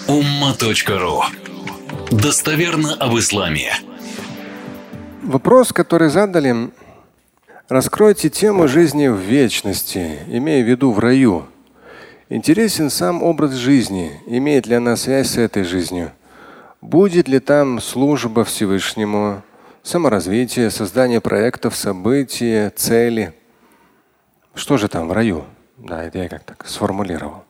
umma.ru. Достоверно об исламе. Вопрос, который задали: раскройте тему жизни в вечности, имея в виду в раю. Интересен сам образ жизни, имеет ли она связь с этой жизнью? Будет ли там служба Всевышнему, саморазвитие, создание проектов, события, цели? Что же там в раю? Да, это я как так сформулировал.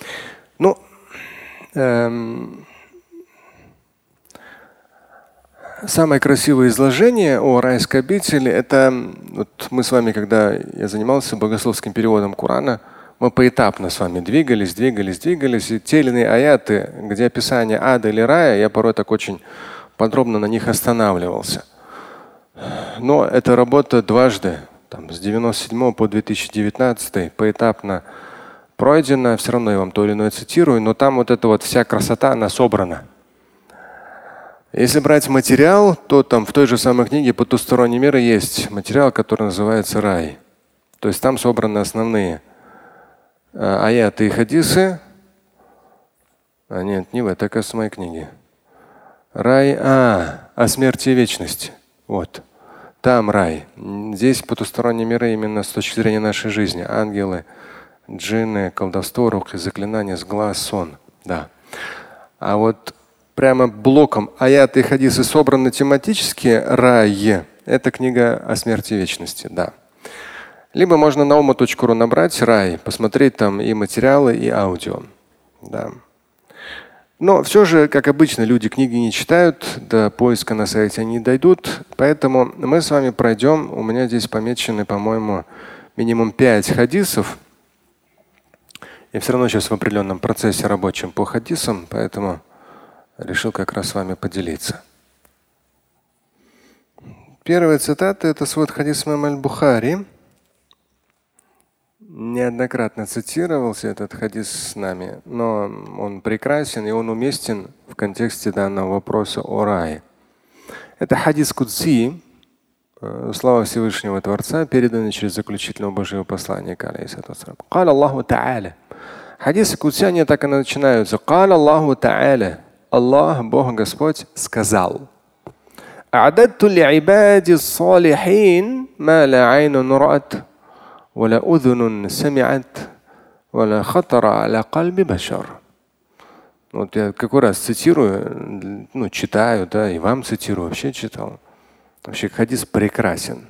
Самое красивое изложение о райской обители – это вот мы с вами, когда я занимался богословским переводом Корана, мы поэтапно с вами двигались. И те или иные аяты, где описание ада или рая, я порой так очень подробно на них останавливался. Но эта работа дважды, с 1997 по 2019, поэтапно пройдена. Все равно я вам то или иное цитирую, но там вот эта вот вся красота, она собрана. Если брать материал, то там в той же самой книге «Потусторонний мир» есть материал, который называется «Рай». То есть там собраны основные аяты и хадисы. Нет, не в этой, кажется, моей книге. Рай, о смерти и вечности. Вот. Там рай. Здесь потусторонние миры именно с точки зрения нашей жизни. Ангелы, джинны, колдовство, рухи, заклинания, сглаз, сон. Да. А вот прямо блоком аяты и хадисы собраны тематически рай. Это книга о смерти и вечности. Да. Либо можно на umma.ru набрать рай, посмотреть там и материалы, и аудио. Да. Но все же, как обычно, люди книги не читают, до поиска на сайте они не дойдут. Поэтому мы с вами пройдем. У меня здесь помечены, по-моему, минимум 5 хадисов. Я все равно сейчас в определенном процессе рабочем по хадисам, поэтому решил как раз с вами поделиться. Первая цитата – это свод хадис имама аль-Бухари. Неоднократно цитировался этот хадис с нами, но он прекрасен и он уместен в контексте данного вопроса о рае. Это хадис Кудси, слава Всевышнего Творца, переданный через заключительного Божьего посланника. Каля Аллаху Та'аля. Хадисы Кудси, они так и начинаются. Каля Аллаху Та'аля. Аллах, Бог Господь, сказал: «А'дадту ли'ибади ссалихин ма ла айнун ра'ат, ولا أذن سمعت ولا خطر على قلب بشر». Вот я какой раз цитирую, читаю, да, и вам цитирую, вообще читал. Вообще хадис прекрасен.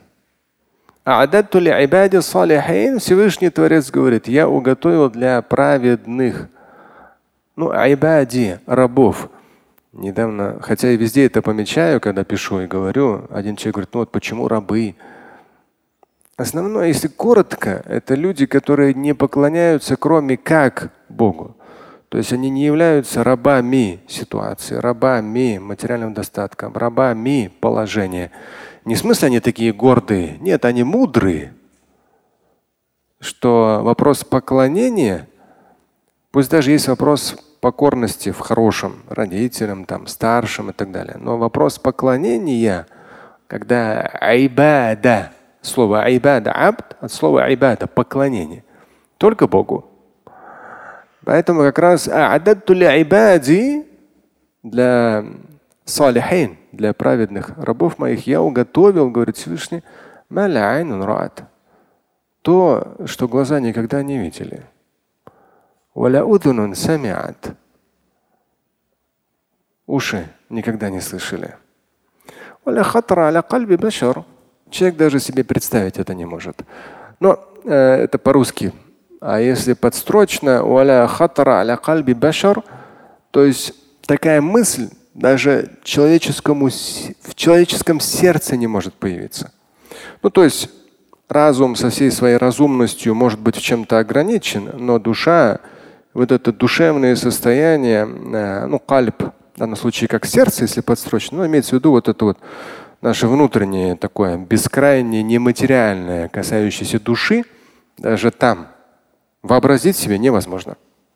Всевышний Творец говорит: я уготовил для праведных, айбади, рабов. Недавно, хотя и везде это помечаю, когда пишу и говорю, один человек говорит: почему рабы? Основное, если коротко, это люди, которые не поклоняются кроме как Богу. То есть они не являются рабами ситуации, рабами материальным достатком, рабами положения. Не в смысле они такие гордые. Нет, они мудрые. Что вопрос поклонения, пусть даже есть вопрос покорности в хорошем родителям, старшим и так далее. Но вопрос поклонения, когда айбада, слово айбада, абд, от слова айбада, поклонение. Только Богу. Поэтому как раз для салихин, для праведных рабов моих я уготовил, говорит Всевышний, то, что глаза никогда не видели. Уши никогда не слышали. Человек даже себе представить это не может. Но это по-русски. А если подстрочно, то есть такая мысль даже в человеческом сердце не может появиться. То есть разум со всей своей разумностью может быть в чем-то ограничен, но душа, вот это душевное состояние, кальб, в данном случае как сердце, если подстрочно, имеется в виду вот это вот наше внутреннее такое, бескрайнее, нематериальное, касающееся души, даже там вообразить себе невозможно.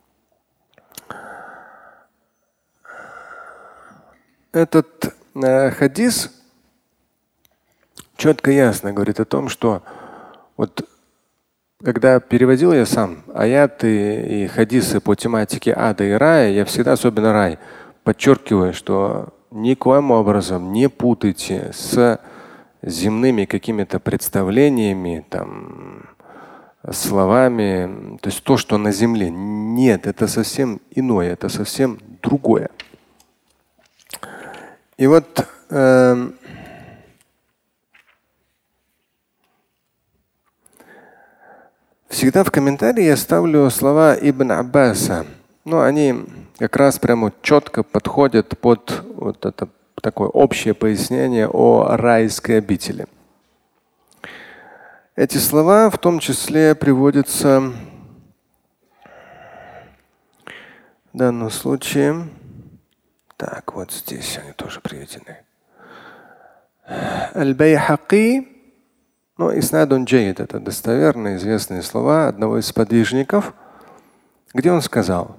Этот хадис четко и ясно говорит о том, что вот когда переводил я сам аяты и хадисы по тематике ада и рая, я всегда, особенно рай, подчеркиваю, что никоим образом не путайте с земными какими-то представлениями, там, словами, то есть то, что на земле. Нет, это совсем иное, это совсем другое. И вот всегда в комментарии я ставлю слова Ибн Аббаса. Но они как раз прямо четко подходят под вот это такое общее пояснение о райской обители. Эти слова в том числе приводятся в данном случае. Так, вот здесь они тоже приведены. Аль-Байхаки, иснадун джейд, это достоверные известные слова одного из сподвижников, где он сказал: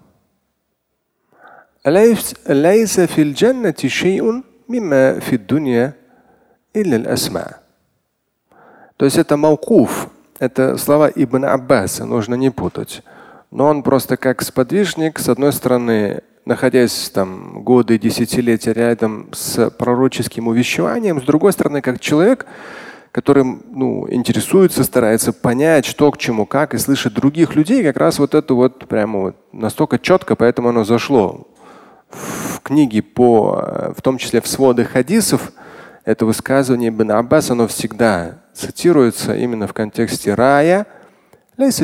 «Лайса фил джаннати шейун мимма фид дунья илля аль-асма». То есть это маукуф, это слова Ибн Аббаса, нужно не путать. Но он просто как сподвижник, с одной стороны, находясь там годы, десятилетия рядом с пророческим увещеванием, с другой стороны, как человек, который интересуется, старается понять, что к чему, как, и слышит других людей, как раз вот это вот прямо вот настолько четко, поэтому оно зашло в книге в том числе в своды хадисов. Это высказывание Ибн Аббаса, оно всегда цитируется именно в контексте рая. То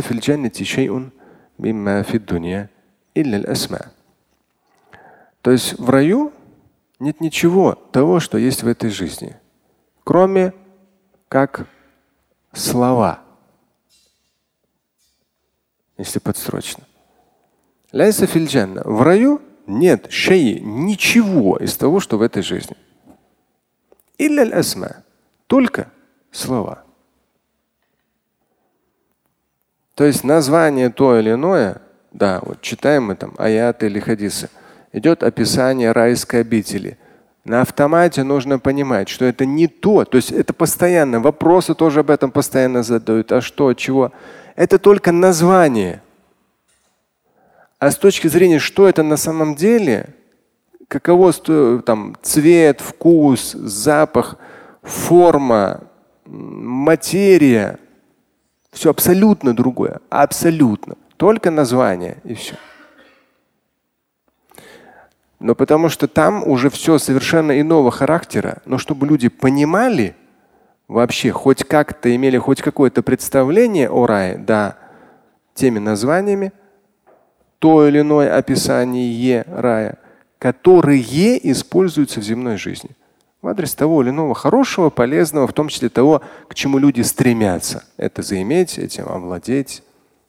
есть в раю нет ничего того, что есть в этой жизни, кроме как слова. Если подстрочно. В раю нет ничего из того, что в этой жизни. Только слова. То есть название то или иное, да, вот читаем мы там аяты или хадисы, идет описание райской обители. На автомате нужно понимать, что это не то. То есть это постоянно, вопросы тоже об этом постоянно задают. А что, чего? Это только название. А с точки зрения, что это на самом деле, каково там цвет, вкус, запах, форма, материя, все абсолютно другое. Абсолютно. Только название и все. Но потому что там уже все совершенно иного характера. Но чтобы люди понимали вообще, хоть как-то имели хоть какое-то представление о рае, да, теми названиями, то или иное описание рая, которые используются в земной жизни в адрес того или иного хорошего, полезного, в том числе того, к чему люди стремятся. Это заиметь, этим овладеть.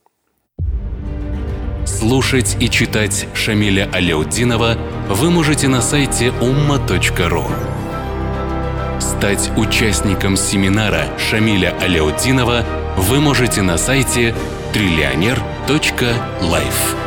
Слушать и читать Шамиля Аляутдинова вы можете на сайте umma.ru. Стать участником семинара Шамиля Аляутдинова вы можете на сайте trillioner.life.